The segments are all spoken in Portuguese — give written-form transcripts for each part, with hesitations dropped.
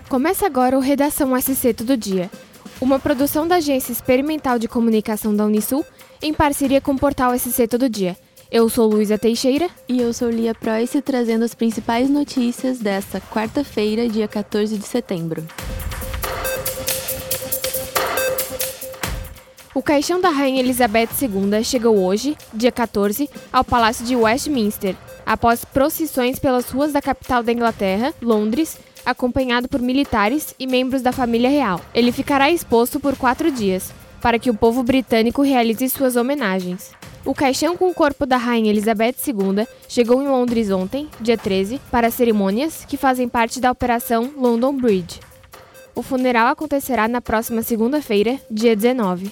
Começa agora o Redação SC Todo Dia, uma produção da Agência Experimental de Comunicação da Unisul, em parceria com o portal SC Todo Dia. Eu sou Luísa Teixeira. E eu sou Lia Preuss, trazendo as principais notícias desta quarta-feira, dia 14 de setembro. O caixão da Rainha Elizabeth II chegou hoje, dia 14, ao Palácio de Westminster, após procissões pelas ruas da capital da Inglaterra, Londres, acompanhado por militares e membros da família real. Ele ficará exposto por 4 dias, para que o povo britânico realize suas homenagens. O caixão com o corpo da Rainha Elizabeth II chegou em Londres ontem, dia 13, para cerimônias que fazem parte da Operação London Bridge. O funeral acontecerá na próxima segunda-feira, dia 19.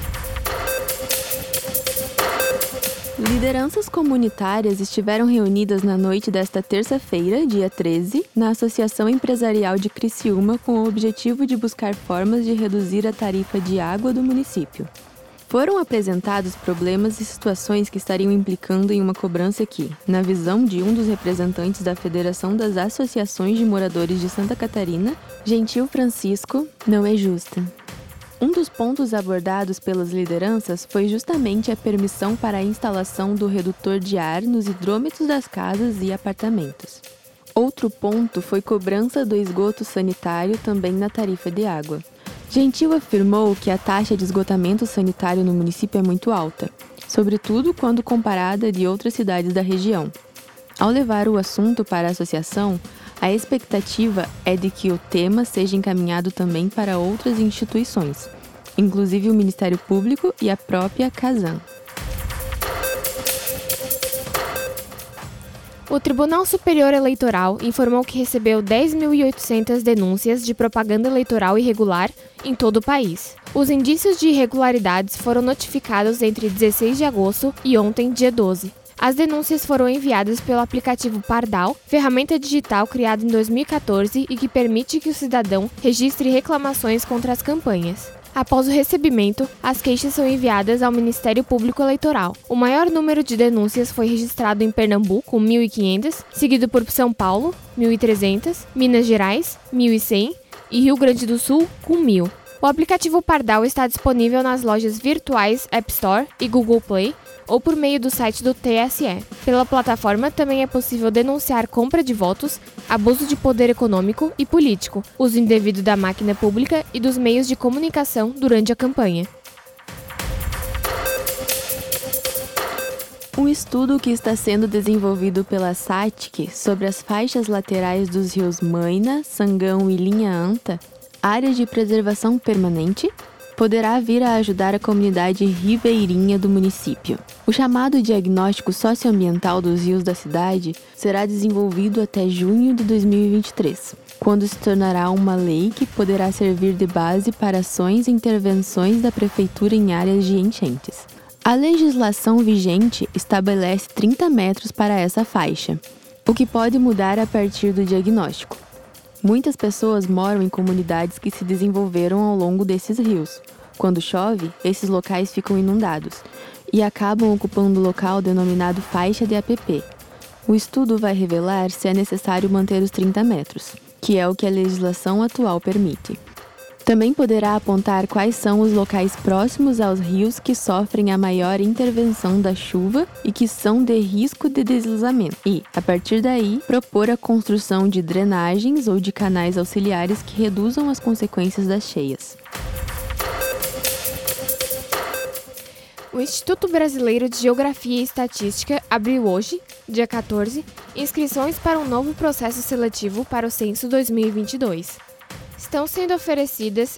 Lideranças comunitárias estiveram reunidas na noite desta terça-feira, dia 13, na Associação Empresarial de Criciúma com o objetivo de buscar formas de reduzir a tarifa de água do município. Foram apresentados problemas e situações que estariam implicando em uma cobrança que, na visão de um dos representantes da Federação das Associações de Moradores de Santa Catarina, Gentil Francisco, não é justa. Um dos pontos abordados pelas lideranças foi justamente a permissão para a instalação do redutor de ar nos hidrômetros das casas e apartamentos. Outro ponto foi cobrança do esgoto sanitário também na tarifa de água. Gentil afirmou que a taxa de esgotamento sanitário no município é muito alta, sobretudo quando comparada de outras cidades da região. Ao levar o assunto para a associação, a expectativa é de que o tema seja encaminhado também para outras instituições, inclusive o Ministério Público e a própria Casan. O Tribunal Superior Eleitoral informou que recebeu 10.800 denúncias de propaganda eleitoral irregular em todo o país. Os indícios de irregularidades foram notificados entre 16 de agosto e ontem, dia 12. As denúncias foram enviadas pelo aplicativo Pardal, ferramenta digital criada em 2014 e que permite que o cidadão registre reclamações contra as campanhas. Após o recebimento, as queixas são enviadas ao Ministério Público Eleitoral. O maior número de denúncias foi registrado em Pernambuco, com 1.500, seguido por São Paulo, 1.300, Minas Gerais, 1.100 e Rio Grande do Sul, com 1.000. O aplicativo Pardal está disponível nas lojas virtuais App Store e Google Play, ou por meio do site do TSE. Pela plataforma também é possível denunciar compra de votos, abuso de poder econômico e político, uso indevido da máquina pública e dos meios de comunicação durante a campanha. Um estudo que está sendo desenvolvido pela SATIC sobre as faixas laterais dos rios Maina, Sangão e Linha Anta, áreas de preservação permanente, poderá vir a ajudar a comunidade ribeirinha do município. O chamado diagnóstico socioambiental dos rios da cidade será desenvolvido até junho de 2023, quando se tornará uma lei que poderá servir de base para ações e intervenções da prefeitura em áreas de enchentes. A legislação vigente estabelece 30 metros para essa faixa, o que pode mudar a partir do diagnóstico. Muitas pessoas moram em comunidades que se desenvolveram ao longo desses rios. Quando chove, esses locais ficam inundados e acabam ocupando o local denominado faixa de APP. O estudo vai revelar se é necessário manter os 30 metros, que é o que a legislação atual permite. Também poderá apontar quais são os locais próximos aos rios que sofrem a maior intervenção da chuva e que são de risco de deslizamento. E, a partir daí, propor a construção de drenagens ou de canais auxiliares que reduzam as consequências das cheias. O Instituto Brasileiro de Geografia e Estatística abriu hoje, dia 14, inscrições para um novo processo seletivo para o Censo 2022. Estão sendo oferecidas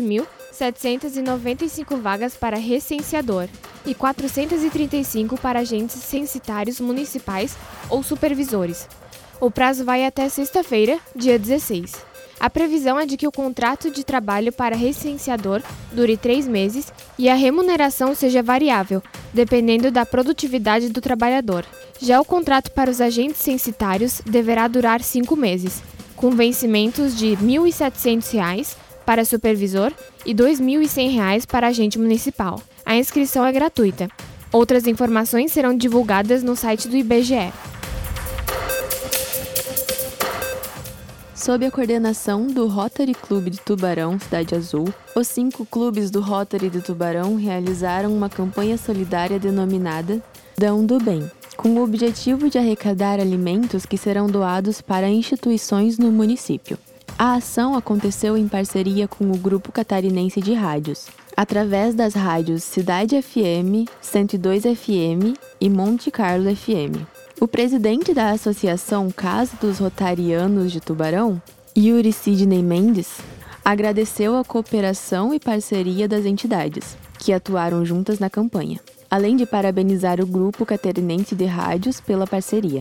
7.795 vagas para recenseador e 435 para agentes censitários municipais ou supervisores. O prazo vai até sexta-feira, dia 16. A previsão é de que o contrato de trabalho para recenseador dure 3 meses e a remuneração seja variável, dependendo da produtividade do trabalhador. Já o contrato para os agentes censitários deverá durar 5 meses, com vencimentos de R$ 1.700 para supervisor e R$ 2.100 para agente municipal. A inscrição é gratuita. Outras informações serão divulgadas no site do IBGE. Sob a coordenação do Rotary Clube de Tubarão, Cidade Azul, os 5 clubes do Rotary de Tubarão realizaram uma campanha solidária denominada Dão do Bem, com o objetivo de arrecadar alimentos que serão doados para instituições no município. A ação aconteceu em parceria com o Grupo Catarinense de Rádios, através das rádios Cidade FM, 102 FM e Monte Carlo FM. O presidente da Associação Casa dos Rotarianos de Tubarão, Yuri Sidney Mendes, agradeceu a cooperação e parceria das entidades, que atuaram juntas na campanha, além de parabenizar o Grupo Catarinense de Rádios pela parceria.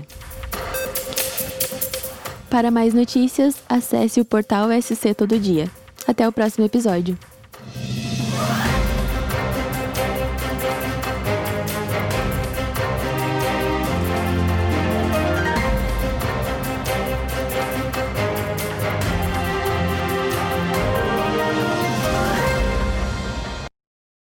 Para mais notícias, acesse o portal SC Todo Dia. Até o próximo episódio.